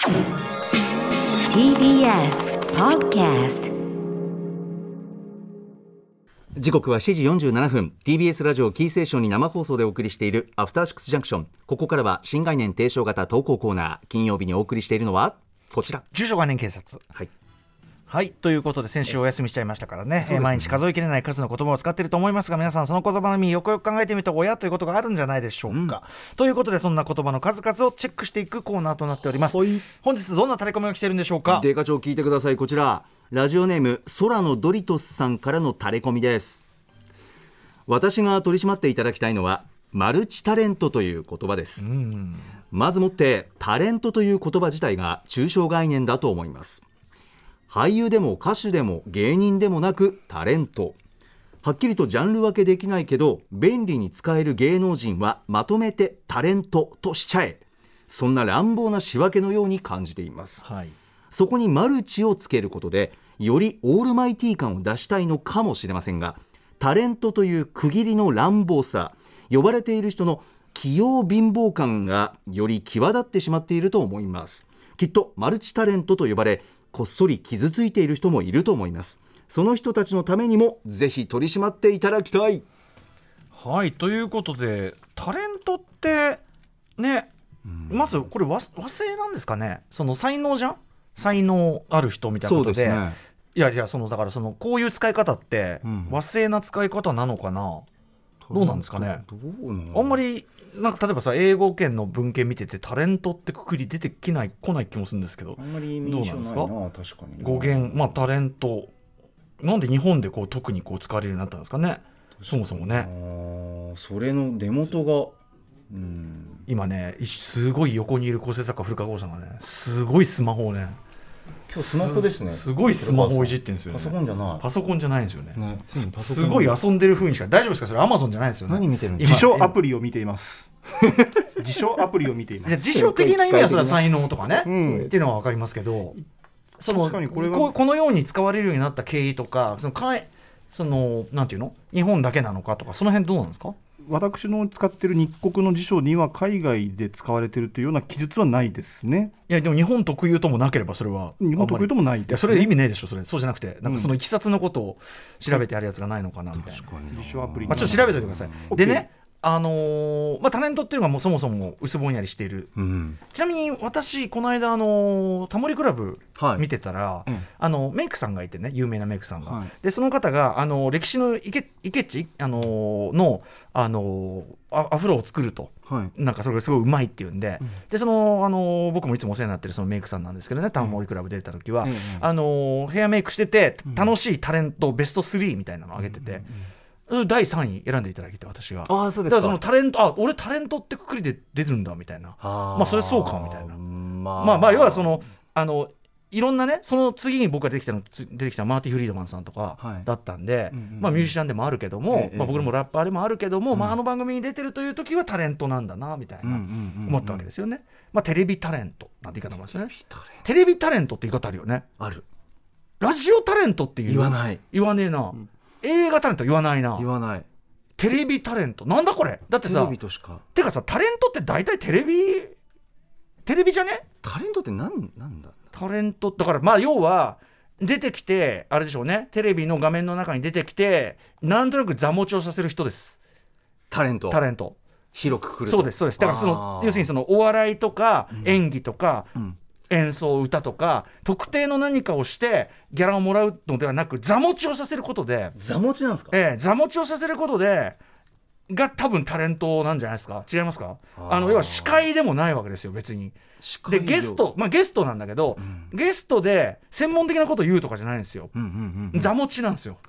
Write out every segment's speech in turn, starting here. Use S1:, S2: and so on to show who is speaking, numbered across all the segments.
S1: TBS Podcast。
S2: 時刻は7時47分 TBS ラジオキーステーションに生放送でお送りしているアフターシックスジャンクション。ここからは新概念提唱型投稿コーナー。金曜日にお送りしているのはこちら、
S3: 住所概念警察。はい、ということで先週お休みしちゃいましたからね、毎日数えきれない数の言葉を使っていると思いますが、皆さんその言葉の意味よくよく考えてみると親ということがあるんじゃないでしょうか、ということでそんな言葉の数々をチェックしていくコーナーとなっております。本日どんなタレコミが来てるんでしょうか。
S2: デカ長聞いてください。こちらラジオネーム空のドリトスさんからのタレコミです。私が取り締まっていただきたいのはマルチタレントという言葉です。まずもってタレントという言葉自体が抽象概念だと思います。俳優でも歌手でも芸人でもなくタレント、はっきりとジャンル分けできないけど便利に使える芸能人はまとめてタレントとしちゃえ、そんな乱暴な仕分けのように感じています。そこにマルチをつけることでよりオールマイティー感を出したいのかもしれませんが、タレントという区切りの乱暴さ、呼ばれている人の器用貧乏感がより際立ってしまっていると思います。きっとマルチタレントと呼ばれこっそり傷ついている人もいると思います。その人たちのためにもぜひ取り締まっていただきたい。
S3: はい、ということでタレントってね、まずこれ和製なんですかね。その才能じゃん、才能ある人みたいなことで、
S2: そうですね。
S3: いやだからこういう使い方って和製な使い方なのかな、どうなんですかね。あんまりなんか例えばさ、英語圏の文献見ててタレントってくくり出てこない気もするんですけど、
S2: あんまり
S3: どうなんですか。
S2: 確かに
S3: 語源、タレントなんで日本で特に使われるようになったんですかね。そもそもね、
S2: それの出元が、
S3: 今ねすごい横にいる構成作家古川剛さんがね、すごいスマホをね、
S2: 今日スマホですね。
S3: すごいスマホをいじってるんですよね。
S2: パソコンじゃない。
S3: パソコンじゃないんですよね。す
S2: す
S3: ごい遊んでる風にしか。大丈夫ですか、それアマゾンじゃないですよね。
S2: 何見てるんです
S4: 自
S2: か。
S4: 称アプリを見ています自称アプリを見ています。
S3: 自称的な意味はそれは才能とかね、っていうのは分かりますけど、
S4: 確かにこれは
S3: このように使われるようになった経緯とか、なんていうの、日本だけなのかとか、その辺どうなんですか。
S4: 私の使っている日国の辞書には海外で使われているというような記述はないですね。
S3: いやでも日本特有ともなければそれは
S4: 日本特有ともないです、ね、
S3: いやそれ意味ないでしょ。そうじゃなくて、なんかそのいきさつのことを調べてあるやつがないのかなみたいな。
S4: 自称アプリ、
S3: ちょっと調べておいてください。でね、タレントっていうのがもうそもそも薄ぼんやりしている、ちなみに私この間タモリクラブ見てたら、メイクさんがいてね、有名なメイクさんが、でその方が歴史の池地のアフロを作ると、なんかそれがすごいうまいっていうんで、で僕もいつもお世話になってるそのメイクさんなんですけどね、タモリクラブ出た時は、ヘアメイクしてて楽しいタレントベスト3みたいなのを挙げてて、第3位選んでいただいて、私が。
S2: そうですか。
S3: だからそのタレント、俺タレントってくくりで出るんだみたいな、それそうかみたいな、要はいろんなね、その次に僕が出てきたマーティ・フリードマンさんとかだったんで、ミュージシャンでもあるけども、僕もラッパーでもあるけども、あの番組に出てるという時はタレントなんだなみたいな思ったわけですよね。テレビタレントなんて言い方もあるんですよね。テレビタレントって言い方あるよね。
S2: ある。
S3: ラジオタレントっていう
S2: 言わない。
S3: 言わねえな、映画タレント言わないな。
S2: 言わない。
S3: テレビタレントなんだこれ。だってさ、
S2: テレビとしか。
S3: てかさ、タレントって大体テレビじゃね。
S2: タレントってなんだ。
S3: タレントだから要は出てきてあれでしょうね、テレビの画面の中に出てきてなんとなく座持ちをさせる人です。タレント
S2: 広くくると。
S3: そうです。だから要するにお笑いとか演技とか、演奏歌とか特定の何かをしてギャラをもらうのではなく、座持ちをさせることで。
S2: 座持ちなんですか。
S3: 座持ちをさせることでが多分タレントなんじゃないですか。違いますか。要は司会でもないわけですよ別に。でゲストなんだけど、ゲストで専門的なことを言うとかじゃないんですよ。座持ちなんですよ。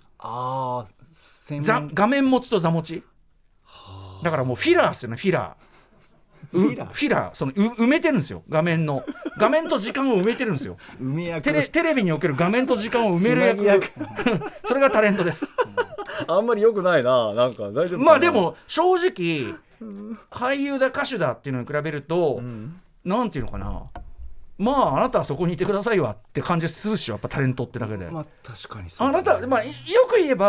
S3: 画面持ちと座持ちだからもうフィラーですよね。フィラー埋めてるんですよ。画面と時間を埋めてるんですよ。テレビにおける画面と時間を埋める役それがタレントです。
S2: あんまり良くないな。なんか大丈夫かな。
S3: でも正直俳優だ歌手だっていうのに比べると、なんていうのかな、あなたはそこにいてくださいわって感じするし、やっぱタレントってだけで。
S2: 確かにそう。
S3: あなた、よく言えば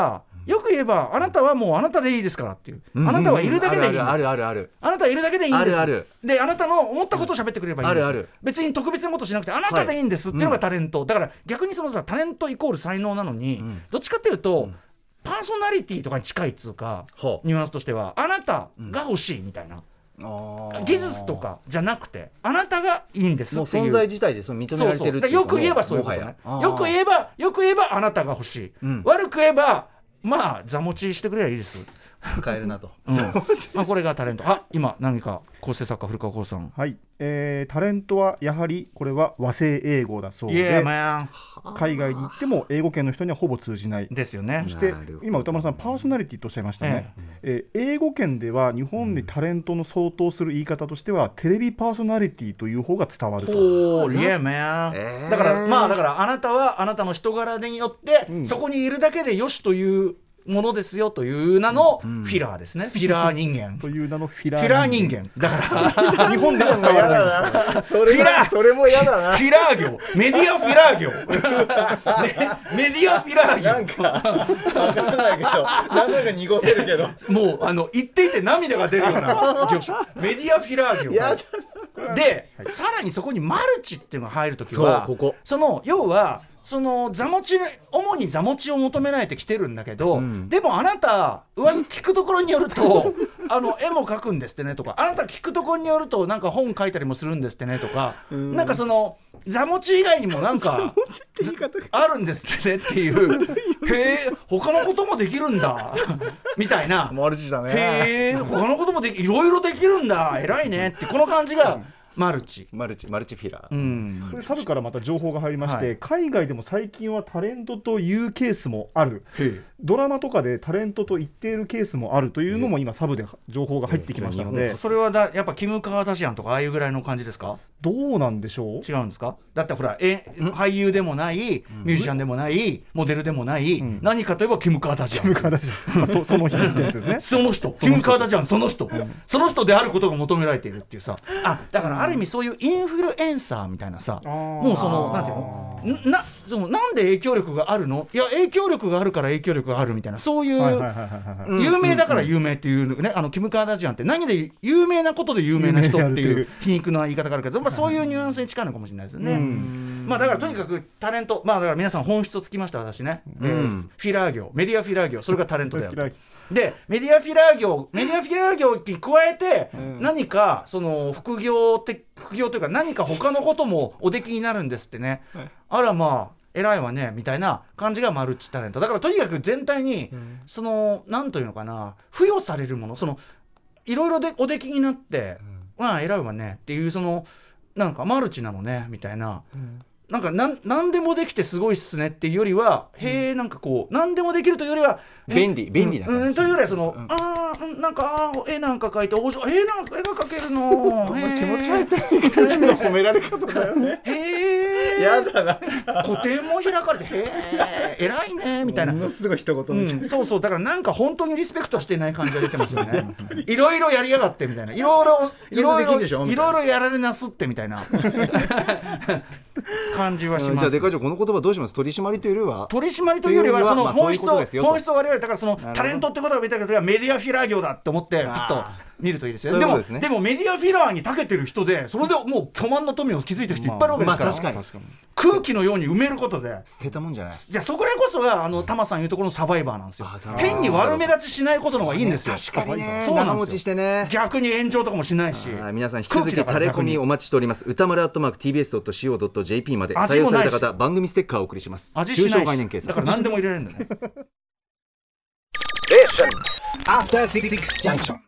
S3: よく言えばあなたはもうあなたでいいですからっていう、あなたはいるだけでいいんです、
S2: あるあるある、
S3: あなたはいるだけでいいんです、
S2: あるある、
S3: であなたの思ったことを喋ってくればいいんです、
S2: あるある、
S3: 別に特別なことしなくてあなたでいいんですっていうのがタレント、だから逆にそのさタレントイコール才能なのに、どっちかっていうと、パーソナリティとかに近いっつうか、ニュアンスとしてはあなたが欲しいみたいな、技術とかじゃなくてあなたがいいんですっていう、
S2: もう存在自体でその認められてるっていう、
S3: よく言えばそういうことね、よく言えばあなたが欲しい、悪く言えばまあ座持ちしてくればいいです、
S2: 使えるなと、
S3: まあこれがタレント。今何か構成作家古川光さん、
S4: はい、タレントはやはりこれは和製英語だそうで、海外に行っても英語圏の人にはほぼ通じない
S3: ですよね。
S4: そして今歌丸さんパーソナリティとおっしゃいましたね、英語圏では日本でタレントの相当する言い方としては、テレビパーソナリティという方が伝わると。
S3: だからあなたはあなたの人柄によって、そこにいるだけでよしというものですよという名のフィラーですね、フィラー人間
S4: という名のフィラ
S3: ー人間だから日本では伝わらない
S2: それも嫌だな、
S3: フィラー業、メディアフィラー業メディアフィラー業、
S2: なんか分からないけど何だか濁せるけど
S3: もう言っていて涙が出るような業種メディアフィラー業で、さらにそこにマルチっていうのが入るときは、その要はその主に座持ちを求められてきてるんだけど、でもあなた聞くところによると絵も描くんですってねとか、あなた聞くところによるとなんか本書いたりもするんですってねとか、なんかその座持ち以外にもなんかあるんですってねっていうへえ他のこともできるんだみたいな、
S2: マルチだね、
S3: へえ他のこともいろいろできるんだ偉いねって、この感じがマルチフィラー、
S4: これサブからまた情報が入りまして、海外でも最近はタレントというケースもある、ドラマとかでタレントと言っているケースもあるというのも今サブで情報が入ってきましたので、
S3: それはやっぱキム・カーダシアンとかああいうぐらいの感じですか？
S4: どうなんでしょう。
S3: 違うんですか？だってほら俳優でもないミュージシャンでもないモデルでもない、何かといえばキム・カーダシアン、
S4: その人ってやつですね
S3: その人キム・カーダシアン、その人であることが求められているっていうさ、だからある意味そういうインフルエンサーみたいなさ、もうそのなんていうのなんで影響力があるの、いや影響力があるから影響力があるみたいな、そういう有名だから有名っていうね、キム・カーダシアンって何で有名なことで有名な人っていう皮肉な言い方があるけど、そういうニュアンスに近いのかもしれないですよね。だからとにかくタレント、だから皆さん本質をつきました私ね、フィラー業、メディアフィラー業、それがタレントであるで、メディアフィラー業に加えて、何かその副業というか何か他のこともおできになるんですってね、あらまあ偉いわねみたいな感じがマルチタレントだから、とにかく全体にそのなんというのかな、付与されるもの、そのいろいろでおできになって、まあ偉いわねっていう、そのなんかマルチなのねみたいな、なんか何でもできてすごいっすねっていうよりは、へえなんかこう何でもできるというよりは
S2: 便利な感じ、
S3: というよりはそのなんか絵なんか描いてなんか絵が描けるの
S2: 気持ち悪い感じの褒められ方だよね
S3: へえやだな、個展も開かれてへえ偉いねみたいな、
S2: ものすごい一言みたいな、
S3: そうだからなんか本当にリスペクトはしていない感じが出てますよねいろいろやりやがってみたいな、いろいろやられなすってみたいな感じはします。
S2: じゃあデカ長この言葉どうします？取り締まりというよりは
S3: その本質を我々だからそのタレントってことが見たけどメディアフィラー業だって思ってふっと見るといいですよね。でもメディアフィラーに長けてる人でそれでもう巨万の富を築いてる人いっぱいいるわけですから、確かに空気のように埋めることで
S2: 捨てたもんじゃない。
S3: じゃあそこらこそがタマさん言うところのサバイバーなんですよ。変に悪目立ちしないことの方がいいんですよ。
S2: 確かにね、長持ちしてね、
S3: 逆に炎上とかもしないし。
S2: 皆さん引き続きタレコミお待ちしております。歌丸@tbs.co.jp まで採用された方番組ステッカーをお送りします。
S3: 味しないしだから何でも入れられるんだね。
S1: After 66 junction